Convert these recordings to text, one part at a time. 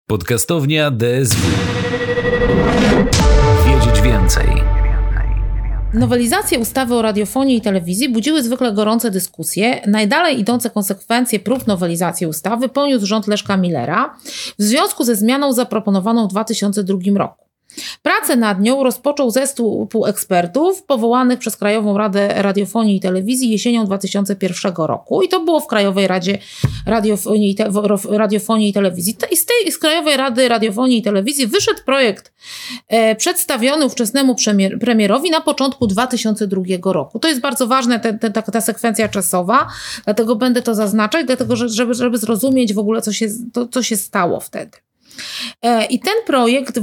Podcastownia DSW. Wiedzieć więcej. Nowelizacje ustawy o radiofonii i telewizji budziły zwykle gorące dyskusje. Najdalej idące konsekwencje prób nowelizacji ustawy poniósł rząd Leszka Millera w związku ze zmianą zaproponowaną w 2002 roku. Pracę nad nią rozpoczął zespół ekspertów powołanych przez Krajową Radę Radiofonii i Telewizji jesienią 2001 roku. I to było w Krajowej Radzie Radiofonii i Telewizji. I z Krajowej Rady Radiofonii i Telewizji wyszedł projekt przedstawiony ówczesnemu premierowi na początku 2002 roku. To jest bardzo ważne, ta sekwencja czasowa, dlatego będę to zaznaczać, dlatego żeby zrozumieć w ogóle, co się stało wtedy. I ten projekt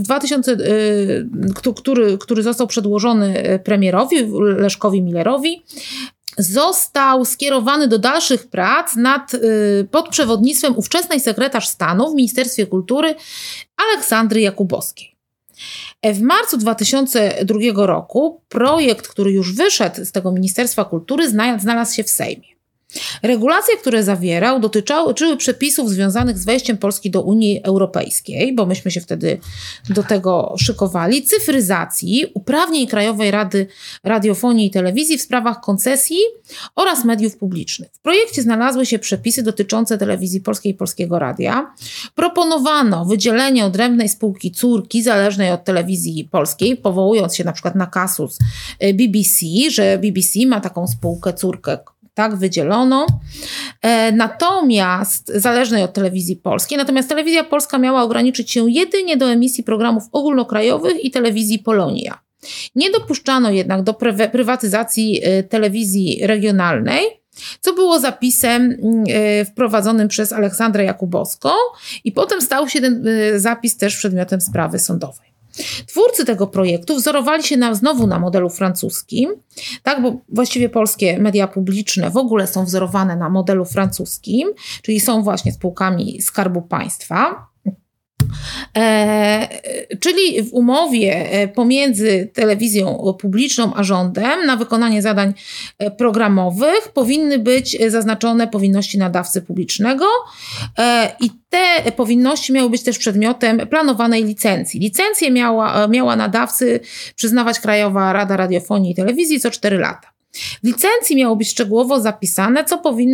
który został przedłożony premierowi, Leszkowi Millerowi, został skierowany do dalszych prac pod przewodnictwem ówczesnej sekretarz stanu w Ministerstwie Kultury Aleksandry Jakubowskiej. W marcu 2002 roku projekt, który już wyszedł z tego Ministerstwa Kultury, znalazł się w Sejmie. Regulacje, które zawierał, dotyczyły przepisów związanych z wejściem Polski do Unii Europejskiej, bo myśmy się wtedy do tego szykowali, cyfryzacji, uprawnień Krajowej Rady Radiofonii i Telewizji w sprawach koncesji oraz mediów publicznych. W projekcie znalazły się przepisy dotyczące Telewizji Polskiej i Polskiego Radia. Proponowano wydzielenie odrębnej spółki córki zależnej od Telewizji Polskiej, powołując się na przykład na kasus BBC, że BBC ma taką spółkę córkę, tak wydzielono, natomiast zależnej od Telewizji Polskiej. Natomiast Telewizja Polska miała ograniczyć się jedynie do emisji programów ogólnokrajowych i telewizji Polonia. Nie dopuszczano jednak do prywatyzacji telewizji regionalnej, co było zapisem wprowadzonym przez Aleksandrę Jakubowską i potem stał się ten zapis też przedmiotem sprawy sądowej. Twórcy tego projektu wzorowali się znowu na modelu francuskim, tak, bo właściwie polskie media publiczne w ogóle są wzorowane na modelu francuskim, czyli są właśnie spółkami Skarbu Państwa. Czyli w umowie pomiędzy telewizją publiczną a rządem na wykonanie zadań programowych powinny być zaznaczone powinności nadawcy publicznego i te powinności miały być też przedmiotem planowanej licencji. Licencję miała nadawcy przyznawać Krajowa Rada Radiofonii i Telewizji co 4 lata. W licencji miało być szczegółowo zapisane,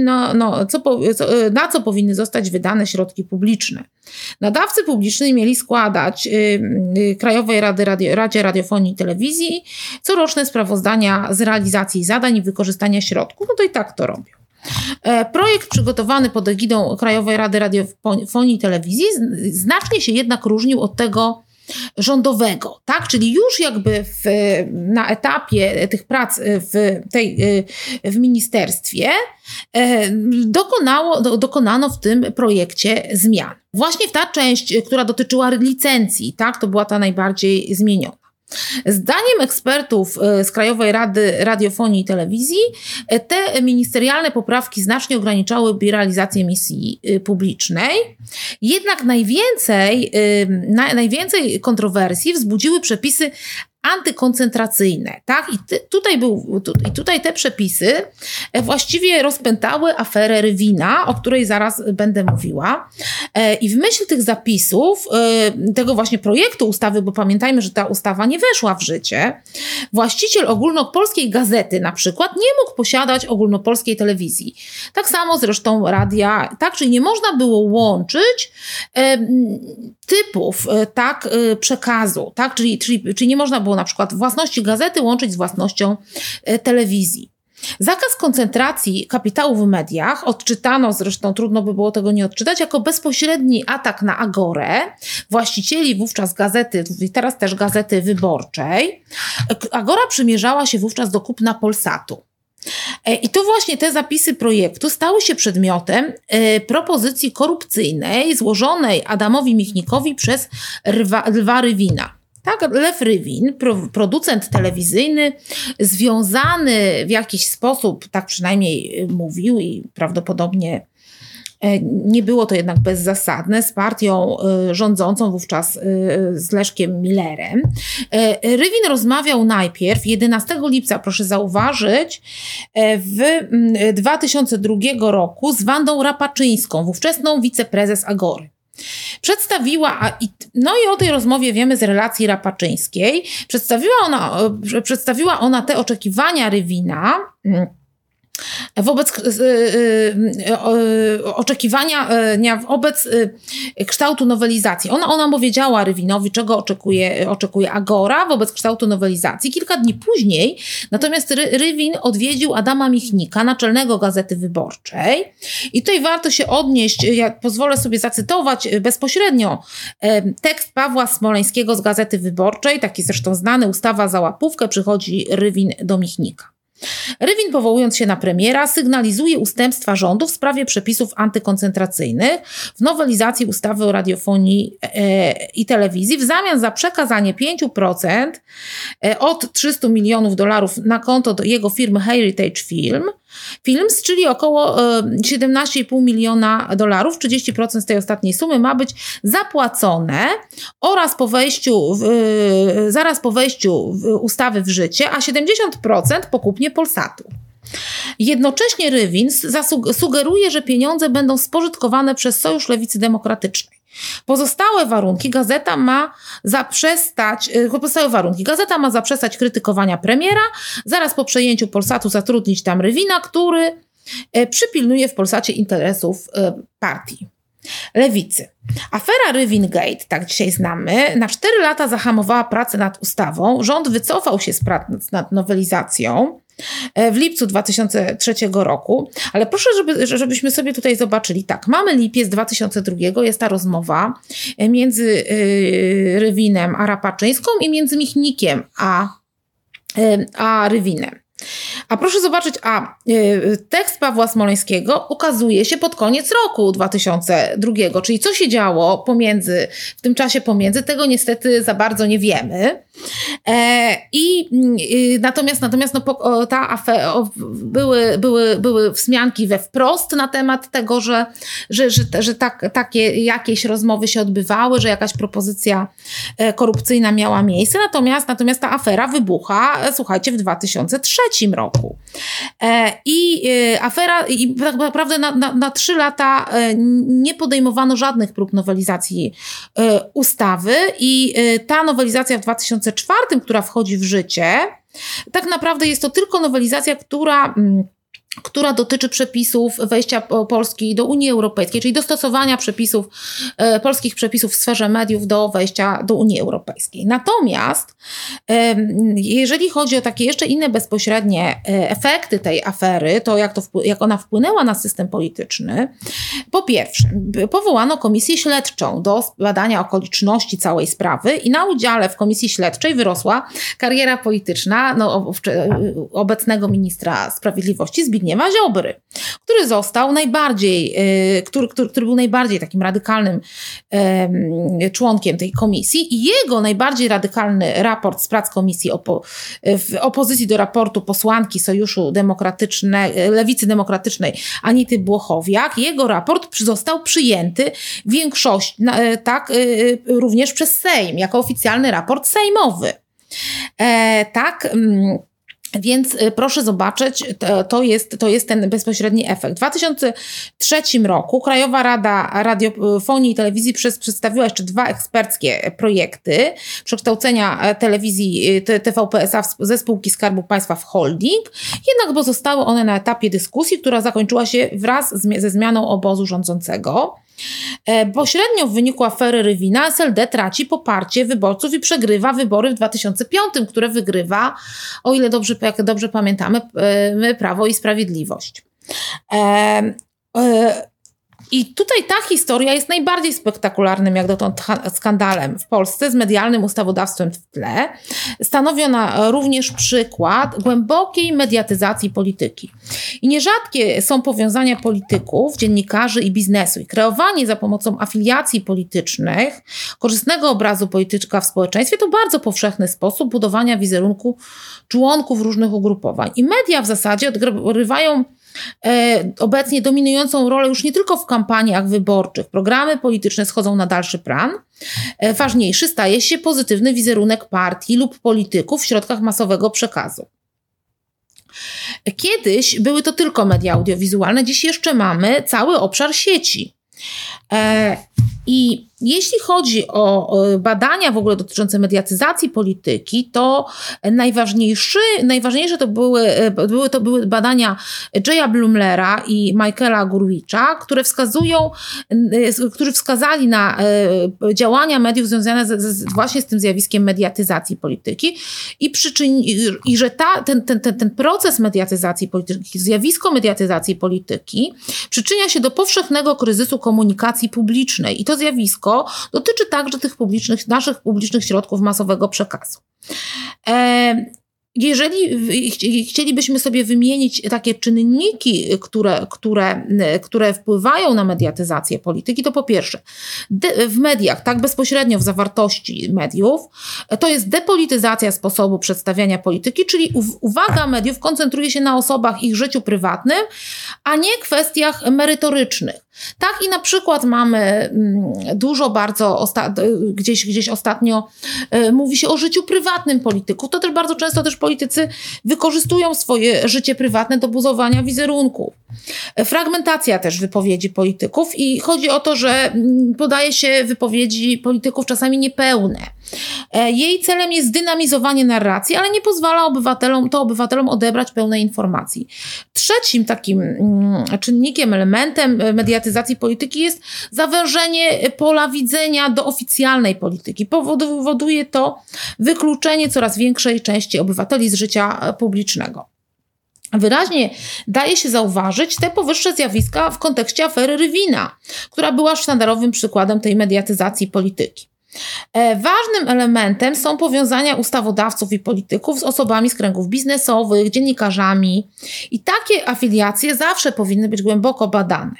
na co powinny zostać wydane środki publiczne. Nadawcy publiczni mieli składać Krajowej Radzie Radiofonii i Telewizji coroczne sprawozdania z realizacji zadań i wykorzystania środków. No to i tak to robią. Projekt przygotowany pod egidą Krajowej Rady Radiofonii i Telewizji znacznie się jednak różnił od tego rządowego, tak? Czyli już jakby na etapie tych prac w ministerstwie dokonano w tym projekcie zmian. Właśnie ta część, która dotyczyła licencji, tak? To była ta najbardziej zmieniona. Zdaniem ekspertów z Krajowej Rady Radiofonii i Telewizji te ministerialne poprawki znacznie ograniczałyby realizację misji publicznej. Jednak najwięcej kontrowersji wzbudziły przepisy antykoncentracyjne, tak? Tutaj te przepisy właściwie rozpętały aferę Rywina, o której zaraz będę mówiła. I w myśl tych zapisów, tego właśnie projektu ustawy, bo pamiętajmy, że ta ustawa nie weszła w życie, właściciel ogólnopolskiej gazety na przykład nie mógł posiadać ogólnopolskiej telewizji. Tak samo zresztą radia, tak? Czyli nie można było łączyć typów przekazu, tak? Czyli nie można było na przykład własności gazety łączyć z własnością telewizji. Zakaz koncentracji kapitału w mediach odczytano, zresztą trudno by było tego nie odczytać, jako bezpośredni atak na Agorę, właścicieli wówczas gazety, teraz też Gazety Wyborczej. Agora przymierzała się wówczas do kupna Polsatu. I to właśnie te zapisy projektu stały się przedmiotem propozycji korupcyjnej złożonej Adamowi Michnikowi przez Lwa Rywina. Tak, Lew Rywin, producent telewizyjny, związany w jakiś sposób, tak przynajmniej mówił i prawdopodobnie nie było to jednak bezzasadne, z partią rządzącą wówczas z Leszkiem Millerem. Rywin rozmawiał najpierw 11 lipca, proszę zauważyć, w 2002 roku z Wandą Rapaczyńską, ówczesną wiceprezes Agory. No i o tej rozmowie wiemy z relacji Rapaczyńskiej. Przedstawiła ona te oczekiwania Rywina wobec kształtu nowelizacji. Ona powiedziała Rywinowi, czego oczekuje Agora wobec kształtu nowelizacji. Kilka dni później natomiast Rywin odwiedził Adama Michnika, naczelnego Gazety Wyborczej. I tutaj warto się odnieść, ja pozwolę sobie zacytować bezpośrednio tekst Pawła Smoleńskiego z Gazety Wyborczej, taki zresztą znany, ustawa za łapówkę, przychodzi Rywin do Michnika. Rywin, powołując się na premiera, sygnalizuje ustępstwa rządu w sprawie przepisów antykoncentracyjnych w nowelizacji ustawy o radiofonii i telewizji w zamian za przekazanie 5% od $300 milionów na konto do jego firmy Heritage Films, czyli około $17,5 miliona. 30% z tej ostatniej sumy ma być zapłacone zaraz po wejściu ustawy w życie, a 70% po kupnie Polsatu. Jednocześnie Rywin sugeruje, że pieniądze będą spożytkowane przez Sojusz Lewicy Demokratycznej. Pozostałe warunki gazeta ma zaprzestać krytykowania premiera, zaraz po przejęciu Polsatu zatrudnić tam Rywina, który przypilnuje w Polsacie interesów partii Lewicy. Afera Rywin-Gate, tak dzisiaj znamy, na 4 lata zahamowała pracę nad ustawą. Rząd wycofał się z prac nad nowelizacją w lipcu 2003 roku, ale proszę, żebyśmy sobie tutaj zobaczyli. Tak, mamy lipiec 2002, jest ta rozmowa między Rywinem a Rapaczyńską i między Michnikiem a Rywinem. A proszę zobaczyć, tekst Pawła Smoleńskiego ukazuje się pod koniec roku 2002, czyli co się działo w tym czasie pomiędzy, tego niestety za bardzo nie wiemy. Natomiast były wzmianki we wprost na temat tego, że takie jakieś rozmowy się odbywały, że jakaś propozycja korupcyjna miała miejsce, natomiast ta afera wybucha, słuchajcie, w 2003 roku. I tak naprawdę na 3 lata nie podejmowano żadnych prób nowelizacji ustawy i ta nowelizacja w 2004, która wchodzi w życie, tak naprawdę jest to tylko nowelizacja, która dotyczy przepisów wejścia Polski do Unii Europejskiej, czyli dostosowania polskich przepisów w sferze mediów do wejścia do Unii Europejskiej. Natomiast jeżeli chodzi o takie jeszcze inne bezpośrednie efekty tej afery, to jak ona wpłynęła na system polityczny, po pierwsze powołano komisję śledczą do badania okoliczności całej sprawy i na udziale w komisji śledczej wyrosła kariera polityczna obecnego ministra sprawiedliwości Zbigniewa Ziobry, który został który był najbardziej takim radykalnym członkiem tej komisji i jego najbardziej radykalny raport z prac komisji w opozycji do raportu posłanki Sojuszu Lewicy Demokratycznej Anity Błochowiak, jego raport został przyjęty również przez Sejm, jako oficjalny raport sejmowy. Więc proszę zobaczyć, to jest ten bezpośredni efekt. W 2003 roku Krajowa Rada Radiofonii i Telewizji przedstawiła jeszcze 2 eksperckie projekty przekształcenia telewizji TVP S.A. ze spółki Skarbu Państwa w holding, jednak pozostały one na etapie dyskusji, która zakończyła się wraz ze zmianą obozu rządzącego. Pośrednio w wyniku afery Rywina SLD traci poparcie wyborców i przegrywa wybory w 2005, które wygrywa, o ile dobrze pamiętamy, Prawo i Sprawiedliwość. I tutaj ta historia jest najbardziej spektakularnym jak dotąd skandalem w Polsce z medialnym ustawodawstwem w tle. Stanowi ona również przykład głębokiej mediatyzacji polityki. I nierzadkie są powiązania polityków, dziennikarzy i biznesu. I kreowanie za pomocą afiliacji politycznych korzystnego obrazu polityka w społeczeństwie to bardzo powszechny sposób budowania wizerunku członków różnych ugrupowań. I media w zasadzie odgrywają obecnie dominującą rolę już nie tylko w kampaniach wyborczych. Programy polityczne schodzą na dalszy plan. Ważniejszy staje się pozytywny wizerunek partii lub polityków w środkach masowego przekazu. Kiedyś były to tylko media audiowizualne, dziś jeszcze mamy cały obszar sieci. I jeśli chodzi o badania w ogóle dotyczące mediatyzacji polityki, to najważniejsze to były badania Jaya Blumlera i Michaela Gurwicza, którzy wskazali na działania mediów związane właśnie z tym zjawiskiem mediatyzacji polityki i że ten proces mediatyzacji polityki, zjawisko mediatyzacji polityki przyczynia się do powszechnego kryzysu komunikacji publicznej i to zjawisko dotyczy także tych naszych publicznych środków masowego przekazu. Jeżeli chcielibyśmy sobie wymienić takie czynniki, które wpływają na mediatyzację polityki, to po pierwsze w mediach, tak bezpośrednio w zawartości mediów, to jest depolityzacja sposobu przedstawiania polityki, czyli uwaga mediów koncentruje się na osobach, ich życiu prywatnym, a nie kwestiach merytorycznych. Tak i na przykład mamy dużo bardzo, gdzieś ostatnio mówi się o życiu prywatnym polityków. To też bardzo często politycy wykorzystują swoje życie prywatne do budowania wizerunku. Fragmentacja też wypowiedzi polityków i chodzi o to, że podaje się wypowiedzi polityków czasami niepełne. Jej celem jest zdynamizowanie narracji, ale nie pozwala obywatelom odebrać pełnej informacji. Trzecim takim czynnikiem, elementem mediatyzacji polityki jest zawężenie pola widzenia do oficjalnej polityki. Powoduje to wykluczenie coraz większej części obywateli z życia publicznego. Wyraźnie daje się zauważyć te powyższe zjawiska w kontekście afery Rywina, która była sztandarowym przykładem tej mediatyzacji polityki. Ważnym elementem są powiązania ustawodawców i polityków z osobami z kręgów biznesowych, dziennikarzami i takie afiliacje zawsze powinny być głęboko badane.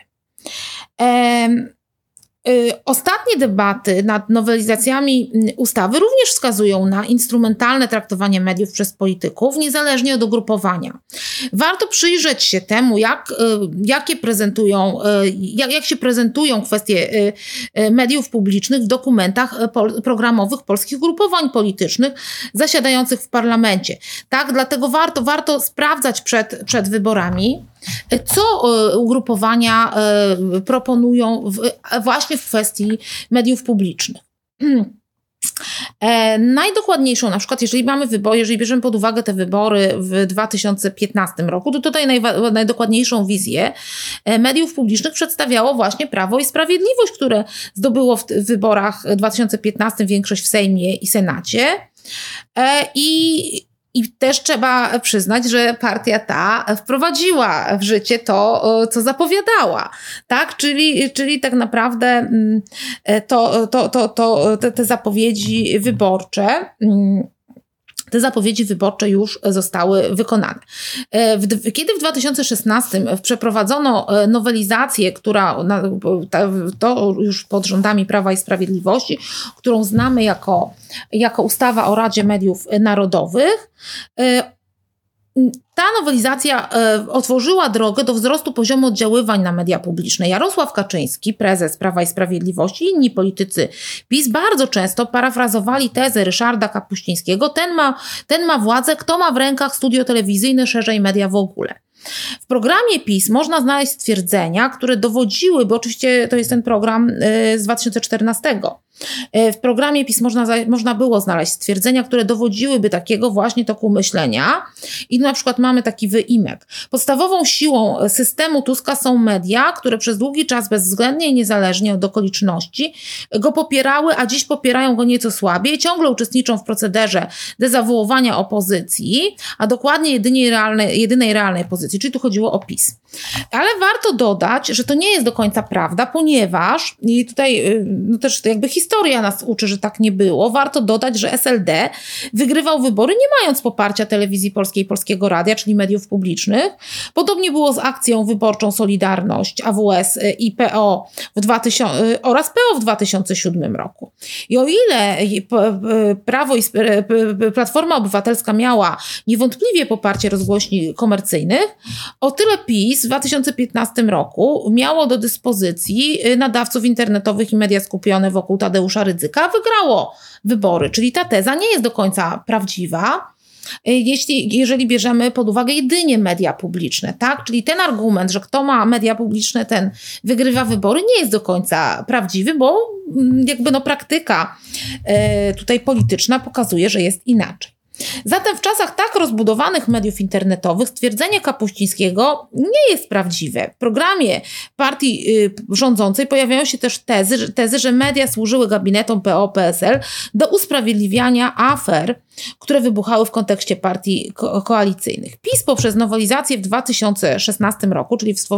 Ostatnie debaty nad nowelizacjami ustawy również wskazują na instrumentalne traktowanie mediów przez polityków, niezależnie od ugrupowania. Warto przyjrzeć się temu, jak się prezentują kwestie mediów publicznych w dokumentach programowych polskich ugrupowań politycznych zasiadających w parlamencie. Tak, dlatego warto sprawdzać przed wyborami, co ugrupowania proponują właśnie w kwestii mediów publicznych. Najdokładniejszą, na przykład jeżeli bierzemy pod uwagę te wybory w 2015 roku, to tutaj najdokładniejszą wizję mediów publicznych przedstawiało właśnie Prawo i Sprawiedliwość, które zdobyło w wyborach 2015 większość w Sejmie i Senacie. I też trzeba przyznać, że partia ta wprowadziła w życie to, co zapowiadała, tak? Czyli tak naprawdę te zapowiedzi wyborcze już zostały wykonane. Kiedy w 2016 przeprowadzono nowelizację, to już pod rządami Prawa i Sprawiedliwości, którą znamy jako ustawa o Radzie Mediów Narodowych, ta nowelizacja otworzyła drogę do wzrostu poziomu oddziaływań na media publiczne. Jarosław Kaczyński, prezes Prawa i Sprawiedliwości, i inni politycy PiS bardzo często parafrazowali tezę Ryszarda Kapuścińskiego: ten ma władzę, kto ma w rękach studio telewizyjne, szerzej media w ogóle. W programie PiS można znaleźć stwierdzenia, które dowodziły, bo oczywiście to jest ten program z 2014. W programie PiS można było znaleźć stwierdzenia, które dowodziłyby takiego właśnie toku myślenia. I na przykład mamy taki wyimek. Podstawową siłą systemu Tuska są media, które przez długi czas bezwzględnie i niezależnie od okoliczności go popierały, a dziś popierają go nieco słabiej, ciągle uczestniczą w procederze dezawuowania opozycji, a dokładnie jedynej realnej pozycji, czyli tu chodziło o PiS. Ale warto dodać, że to nie jest do końca prawda, ponieważ, i tutaj też jakby historia nas uczy, że tak nie było, warto dodać, że SLD wygrywał wybory nie mając poparcia Telewizji Polskiej i Polskiego Radia, czyli mediów publicznych. Podobnie było z akcją wyborczą Solidarność, AWS i PO oraz PO w 2007 roku. I o ile Platforma Obywatelska miała niewątpliwie poparcie rozgłośni komercyjnych, o tyle PiS w 2015 roku miało do dyspozycji nadawców internetowych i media skupione wokół Tadeusza Rydzyka, wygrało wybory. Czyli ta teza nie jest do końca prawdziwa. jeżeli bierzemy pod uwagę jedynie media publiczne, tak? Czyli ten argument, że kto ma media publiczne, ten wygrywa wybory, nie jest do końca prawdziwy, bo praktyka tutaj polityczna pokazuje, że jest inaczej. Zatem w czasach tak rozbudowanych mediów internetowych stwierdzenie Kapuścińskiego nie jest prawdziwe. W programie partii rządzącej pojawiają się też tezy, że media służyły gabinetom PO-PSL do usprawiedliwiania afer, które wybuchały w kontekście partii koalicyjnych. PiS poprzez nowelizację w 2016 roku,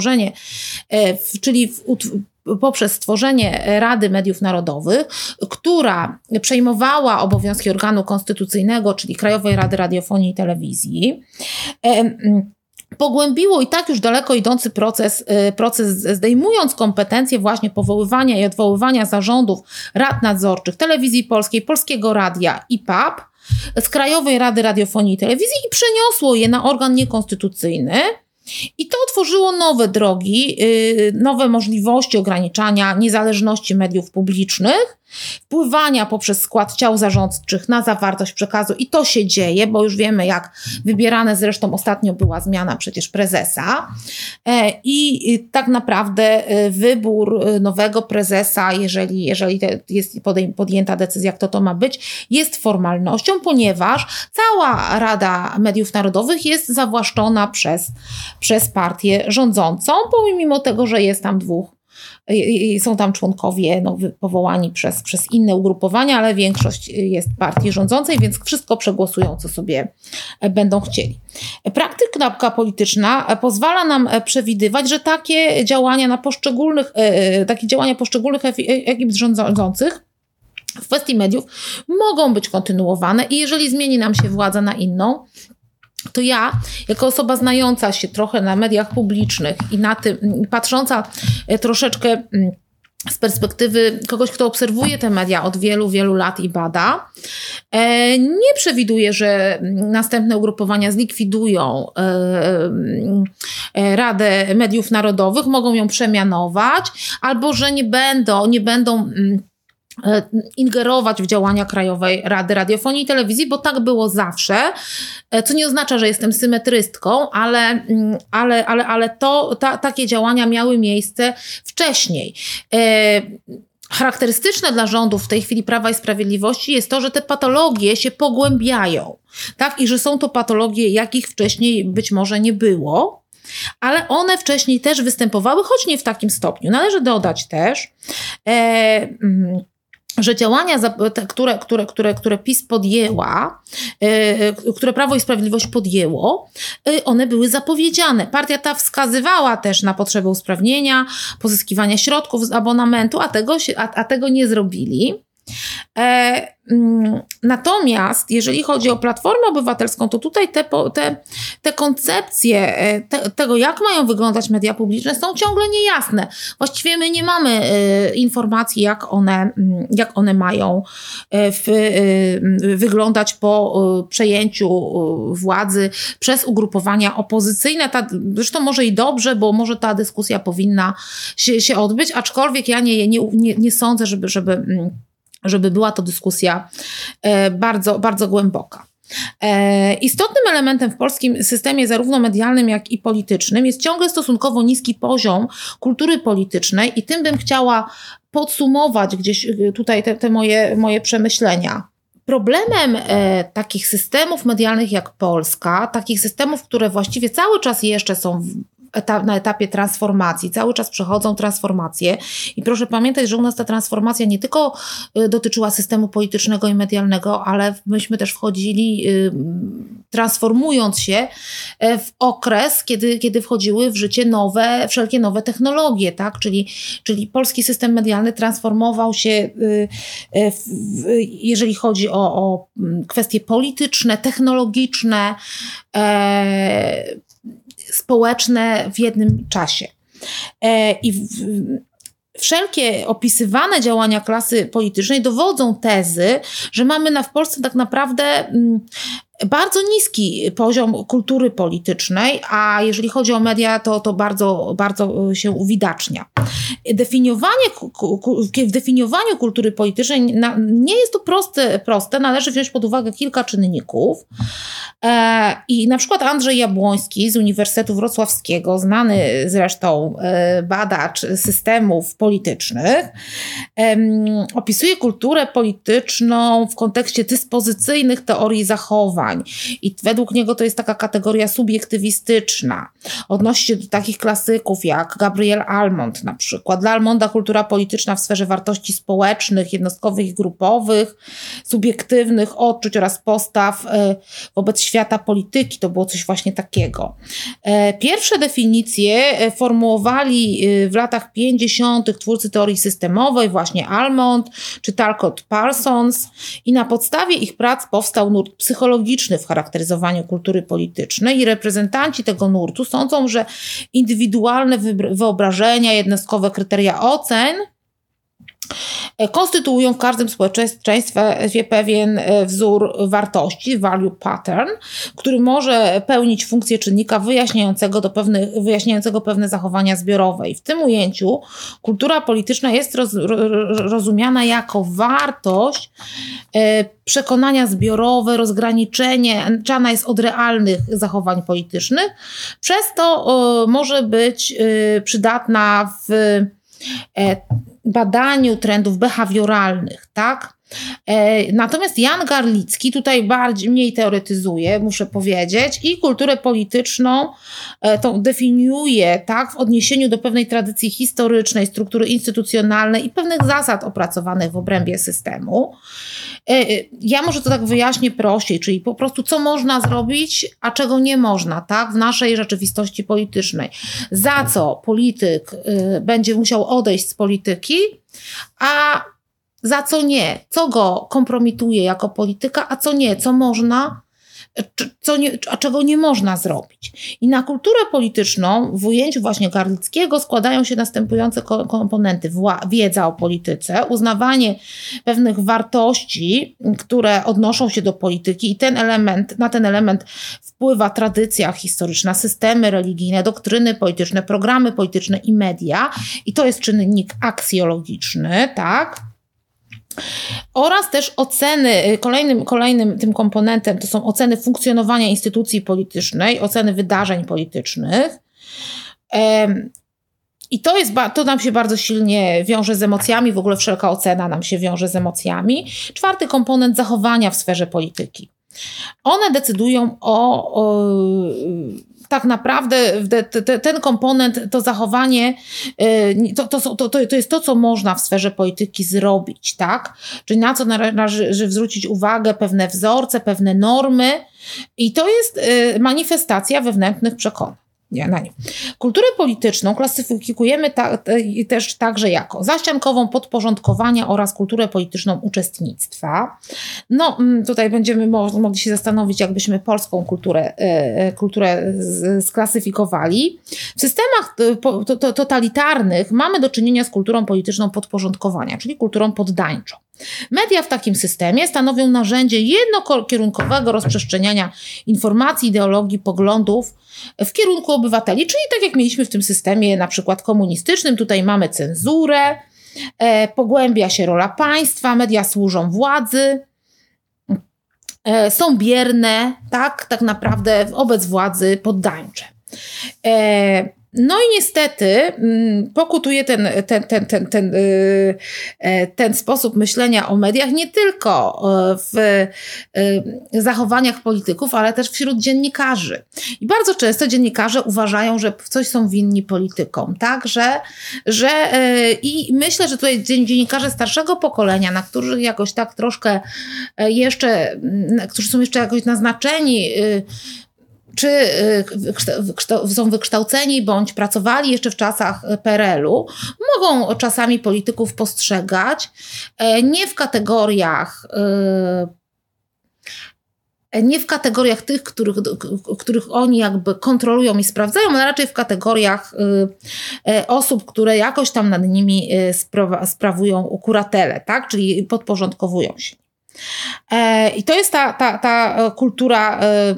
poprzez stworzenie Rady Mediów Narodowych, która przejmowała obowiązki organu konstytucyjnego, czyli Krajowej Rady Radiofonii i Telewizji, pogłębiło i tak już daleko idący proces zdejmując kompetencje właśnie powoływania i odwoływania zarządów rad nadzorczych Telewizji Polskiej, Polskiego Radia i PAP z Krajowej Rady Radiofonii i Telewizji i przeniosło je na organ niekonstytucyjny. I to otworzyło nowe drogi, nowe możliwości ograniczania niezależności mediów publicznych, wpływania poprzez skład ciał zarządczych na zawartość przekazu i to się dzieje, bo już wiemy, jak wybierane, zresztą ostatnio była zmiana przecież prezesa i tak naprawdę wybór nowego prezesa, jeżeli jest podjęta decyzja, kto to ma być, jest formalnością, ponieważ cała Rada Mediów Narodowych jest zawłaszczona przez partię rządzącą, pomimo tego, że jest tam są tam członkowie powołani przez inne ugrupowania, ale większość jest partii rządzącej, więc wszystko przegłosują, co sobie będą chcieli. Praktyka polityczna pozwala nam przewidywać, że takie działania poszczególnych ekip rządzących w kwestii mediów mogą być kontynuowane i jeżeli zmieni nam się władza na inną, to ja, jako osoba znająca się trochę na mediach publicznych i na tym, patrząca troszeczkę z perspektywy kogoś, kto obserwuje te media od wielu, wielu lat i bada, nie przewiduję, że następne ugrupowania zlikwidują Radę Mediów Narodowych, mogą ją przemianować, albo że nie będą ingerować w działania Krajowej Rady Radiofonii i Telewizji, bo tak było zawsze, co nie oznacza, że jestem symetrystką, ale takie działania miały miejsce wcześniej. Charakterystyczne dla rządów w tej chwili Prawa i Sprawiedliwości jest to, że te patologie się pogłębiają, tak? I że są to patologie, jakich wcześniej być może nie było, ale one wcześniej też występowały, choć nie w takim stopniu. Należy dodać też, że działania, które PiS podjęła, które Prawo i Sprawiedliwość podjęło, one były zapowiedziane. Partia ta wskazywała też na potrzebę usprawnienia, pozyskiwania środków z abonamentu, a tego nie zrobili. Natomiast jeżeli chodzi o Platformę Obywatelską, to tutaj te koncepcje tego, jak mają wyglądać media publiczne, są ciągle niejasne. Właściwie my nie mamy informacji, jak one mają wyglądać po przejęciu władzy przez ugrupowania opozycyjne. Zresztą może i dobrze, bo może ta dyskusja powinna się odbyć, aczkolwiek ja nie sądzę, żeby była to dyskusja bardzo, bardzo głęboka. Istotnym elementem w polskim systemie zarówno medialnym, jak i politycznym jest ciągle stosunkowo niski poziom kultury politycznej i tym bym chciała podsumować gdzieś tutaj te moje przemyślenia. Problemem takich systemów medialnych jak Polska, takich systemów, które właściwie cały czas jeszcze są na etapie transformacji, cały czas przechodzą transformacje i proszę pamiętać, że u nas ta transformacja nie tylko dotyczyła systemu politycznego i medialnego, ale myśmy też wchodzili, transformując się w okres, kiedy wchodziły w życie wszelkie nowe technologie, tak? Czyli polski system medialny transformował się, jeżeli chodzi o kwestie polityczne, technologiczne, społeczne w jednym czasie. I wszelkie opisywane działania klasy politycznej dowodzą tezy, że mamy w Polsce tak naprawdę bardzo niski poziom kultury politycznej, a jeżeli chodzi o media, to bardzo, bardzo się uwidacznia. W definiowaniu kultury politycznej nie jest to proste, należy wziąć pod uwagę kilka czynników. I na przykład Andrzej Jabłoński z Uniwersytetu Wrocławskiego, znany zresztą badacz systemów politycznych, opisuje kulturę polityczną w kontekście dyspozycyjnych teorii zachowań. I według niego to jest taka kategoria subiektywistyczna. Odnosi się do takich klasyków jak Gabriel Almond na przykład. Dla Almonda kultura polityczna w sferze wartości społecznych, jednostkowych i grupowych, subiektywnych odczuć oraz postaw wobec świata polityki. To było coś właśnie takiego. Pierwsze definicje formułowali w latach 50. twórcy teorii systemowej, właśnie Almond czy Talcott Parsons, i na podstawie ich prac powstał nurt psychologiczny w charakteryzowaniu kultury politycznej i reprezentanci tego nurtu sądzą, że indywidualne wyobrażenia, jednostkowe kryteria ocen konstytuują w każdym społeczeństwie pewien wzór wartości, value pattern, który może pełnić funkcję czynnika wyjaśniającego pewne zachowania zbiorowe. I w tym ujęciu kultura polityczna jest rozumiana jako wartość, przekonania zbiorowe, rozgraniczana jest od realnych zachowań politycznych, przez to może być przydatna w badaniu trendów behawioralnych, tak? Natomiast Jan Garlicki tutaj mniej teoretyzuje, muszę powiedzieć, i kulturę polityczną tą definiuje, tak, w odniesieniu do pewnej tradycji historycznej, struktury instytucjonalnej i pewnych zasad opracowanych w obrębie systemu. Ja może to tak wyjaśnię prościej, czyli po prostu co można zrobić, a czego nie można, tak, w naszej rzeczywistości politycznej. Za co polityk będzie musiał odejść z polityki, a za co nie, co go kompromituje jako polityka, a co nie, co można, a czego nie można zrobić. I na kulturę polityczną w ujęciu właśnie Garlickiego składają się następujące komponenty. Wiedza o polityce, uznawanie pewnych wartości, które odnoszą się do polityki i na ten element wpływa tradycja historyczna, systemy religijne, doktryny polityczne, programy polityczne i media. I to jest czynnik aksjologiczny, tak? Oraz też oceny, kolejnym tym komponentem to są oceny funkcjonowania instytucji politycznej, oceny wydarzeń politycznych. I to nam się bardzo silnie wiąże z emocjami, w ogóle wszelka ocena nam się wiąże z emocjami. Czwarty komponent, zachowania w sferze polityki. One decydują tak naprawdę ten komponent, to zachowanie, to jest to, co można w sferze polityki zrobić, tak? Czyli na co należy zwrócić uwagę, pewne wzorce, pewne normy i to jest manifestacja wewnętrznych przekonań. Kulturę polityczną klasyfikujemy też także jako zaściankową podporządkowania oraz kulturę polityczną uczestnictwa. No, tutaj będziemy mogli się zastanowić, jakbyśmy polską kulturę sklasyfikowali. W systemach totalitarnych mamy do czynienia z kulturą polityczną podporządkowania, czyli kulturą poddańczą. Media w takim systemie stanowią narzędzie jednokierunkowego rozprzestrzeniania informacji, ideologii, poglądów w kierunku obywateli, czyli tak jak mieliśmy w tym systemie na przykład komunistycznym, tutaj mamy cenzurę, pogłębia się rola państwa, media służą władzy, są bierne, tak naprawdę wobec władzy poddańcze. No i niestety pokutuje ten sposób myślenia o mediach nie tylko w zachowaniach polityków, ale też wśród dziennikarzy. I bardzo często dziennikarze uważają, że w coś są winni politykom, tak? I myślę, że tutaj dziennikarze starszego pokolenia, na których jakoś tak troszkę jeszcze, którzy są jeszcze jakoś naznaczeni, czy są wykształceni bądź pracowali jeszcze w czasach PRL-u, mogą czasami polityków postrzegać nie w kategoriach tych, których oni jakby kontrolują i sprawdzają, ale raczej w kategoriach osób, które jakoś tam nad nimi sprawują kuratelę, tak? Czyli podporządkowują się. I to jest ta kultura.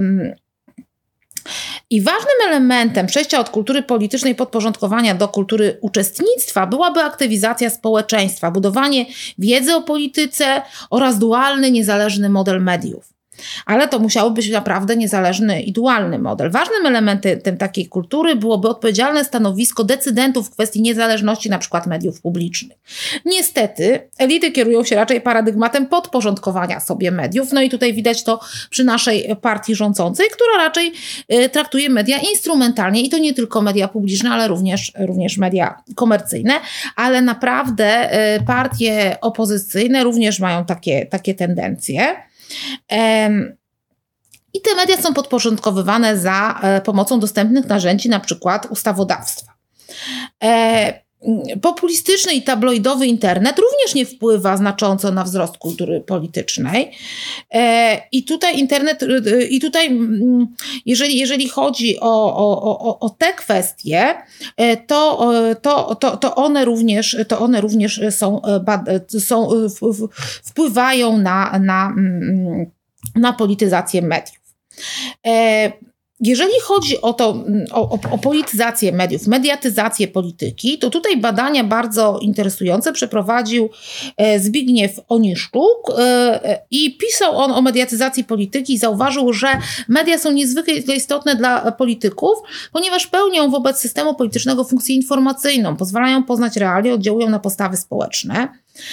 I ważnym elementem przejścia od kultury politycznej podporządkowania do kultury uczestnictwa byłaby aktywizacja społeczeństwa, budowanie wiedzy o polityce oraz dualny, niezależny model mediów. Ale to musiałby być naprawdę niezależny i dualny model. Ważnym elementem takiej kultury byłoby odpowiedzialne stanowisko decydentów w kwestii niezależności np. mediów publicznych. Niestety elity kierują się raczej paradygmatem podporządkowania sobie mediów. No i tutaj widać to przy naszej partii rządzącej, która raczej traktuje media instrumentalnie i to nie tylko media publiczne, ale również media komercyjne. Ale naprawdę partie opozycyjne również mają takie tendencje. I te media są podporządkowywane za pomocą dostępnych narzędzi, na przykład ustawodawstwa. Populistyczny i tabloidowy internet również nie wpływa znacząco na wzrost kultury politycznej. I tutaj jeżeli chodzi o te kwestie, to one również wpływają na polityzację mediów. Jeżeli chodzi o polityzację mediów, mediatyzację polityki, to tutaj badania bardzo interesujące przeprowadził Zbigniew Oniszczuk i pisał on o mediatyzacji polityki i zauważył, że media są niezwykle istotne dla polityków, ponieważ pełnią wobec systemu politycznego funkcję informacyjną, pozwalają poznać realia, oddziałują na postawy społeczne.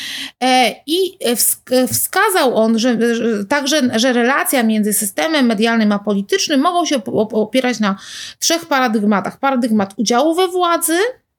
I wskazał on, że relacja między systemem medialnym a politycznym mogą się opierać na 3 paradygmatach. Paradygmat udziału we władzy,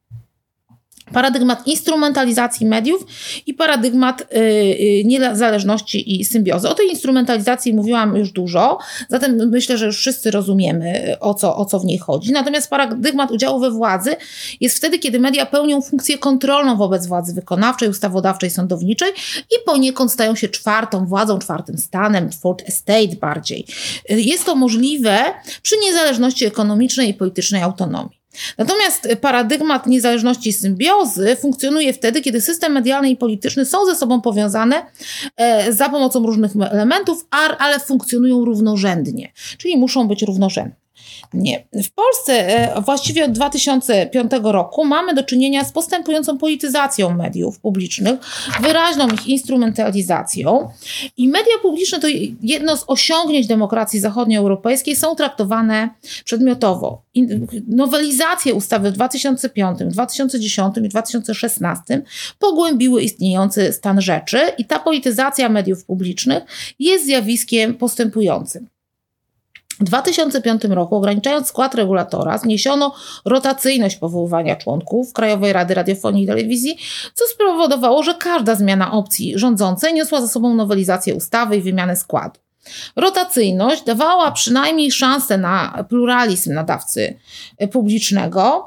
paradygmat instrumentalizacji mediów i paradygmat niezależności i symbiozy. O tej instrumentalizacji mówiłam już dużo, zatem myślę, że już wszyscy rozumiemy, o co w niej chodzi. Natomiast paradygmat udziału we władzy jest wtedy, kiedy media pełnią funkcję kontrolną wobec władzy wykonawczej, ustawodawczej, sądowniczej i poniekąd stają się 4. władzą, 4. stanem, fourth estate bardziej. Jest to możliwe przy niezależności ekonomicznej i politycznej autonomii. Natomiast paradygmat niezależności i symbiozy funkcjonuje wtedy, kiedy system medialny i polityczny są ze sobą powiązane za pomocą różnych elementów, ale funkcjonują równorzędnie, czyli muszą być równorzędne. Nie. W Polsce właściwie od 2005 roku mamy do czynienia z postępującą polityzacją mediów publicznych, wyraźną ich instrumentalizacją i media publiczne to jedno z osiągnięć demokracji zachodnioeuropejskiej, są traktowane przedmiotowo. Nowelizacje ustawy w 2005, 2010 i 2016 pogłębiły istniejący stan rzeczy i ta polityzacja mediów publicznych jest zjawiskiem postępującym. W 2005 roku, ograniczając skład regulatora, zniesiono rotacyjność powoływania członków Krajowej Rady Radiofonii i Telewizji, co spowodowało, że każda zmiana opcji rządzącej niosła za sobą nowelizację ustawy i wymianę składu. Rotacyjność dawała przynajmniej szansę na pluralizm nadawcy publicznego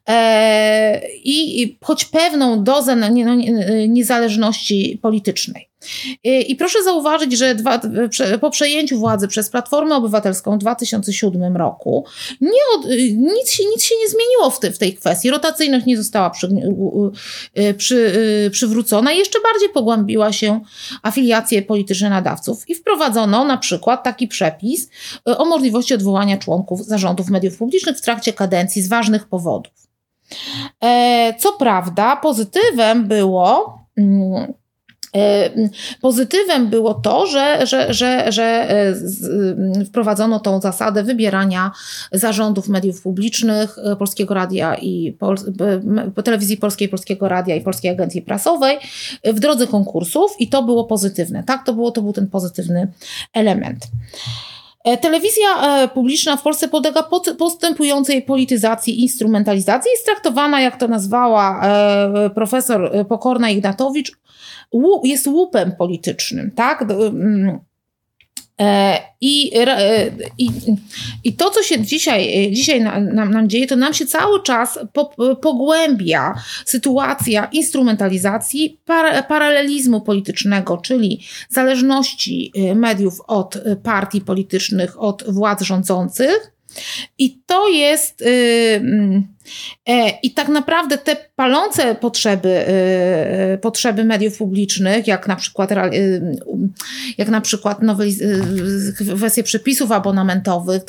i choć pewną dozę niezależności politycznej. I proszę zauważyć, że po przejęciu władzy przez Platformę Obywatelską w 2007 roku nic się nie zmieniło w tej kwestii. Rotacyjność nie została przywrócona i jeszcze bardziej pogłębiła się afiliacje polityczne nadawców i wprowadzono na przykład taki przepis o możliwości odwołania członków zarządów mediów publicznych w trakcie kadencji z ważnych powodów. Co prawda pozytywem było to, że wprowadzono tą zasadę wybierania zarządów mediów publicznych, Polskiego Radia i Telewizji Polskiej, Polskiego Radia i Polskiej Agencji Prasowej w drodze konkursów i to było pozytywne. Tak, to był ten pozytywny element. Telewizja publiczna w Polsce podlega postępującej polityzacji i instrumentalizacji. Jest traktowana, jak to nazwała profesor Pokorna Ignatowicz, jest łupem politycznym, tak? I to, co się dzisiaj nam dzieje, to nam się cały czas pogłębia sytuacja instrumentalizacji, paralelizmu politycznego, czyli zależności mediów od partii politycznych, od władz rządzących. I to jest I tak naprawdę te palące potrzeby mediów publicznych, jak na przykład kwestie przepisów abonamentowych,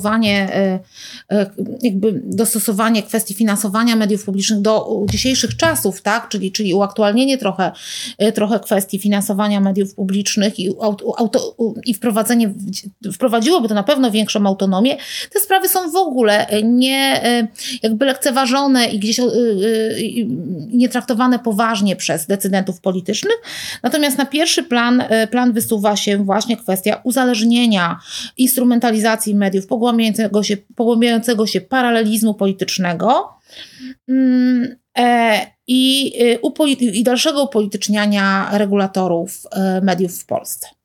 dostosowanie kwestii finansowania mediów publicznych do dzisiejszych czasów, tak? Czyli uaktualnienie trochę kwestii finansowania mediów publicznych i wprowadziłoby to na pewno większą autonomię. Te sprawy są w ogóle lekceważone i gdzieś nie traktowane poważnie przez decydentów politycznych. Natomiast na pierwszy plan wysuwa się właśnie kwestia uzależnienia, instrumentalizacji mediów, pogłębiającego się paralelizmu politycznego i dalszego upolityczniania regulatorów mediów w Polsce.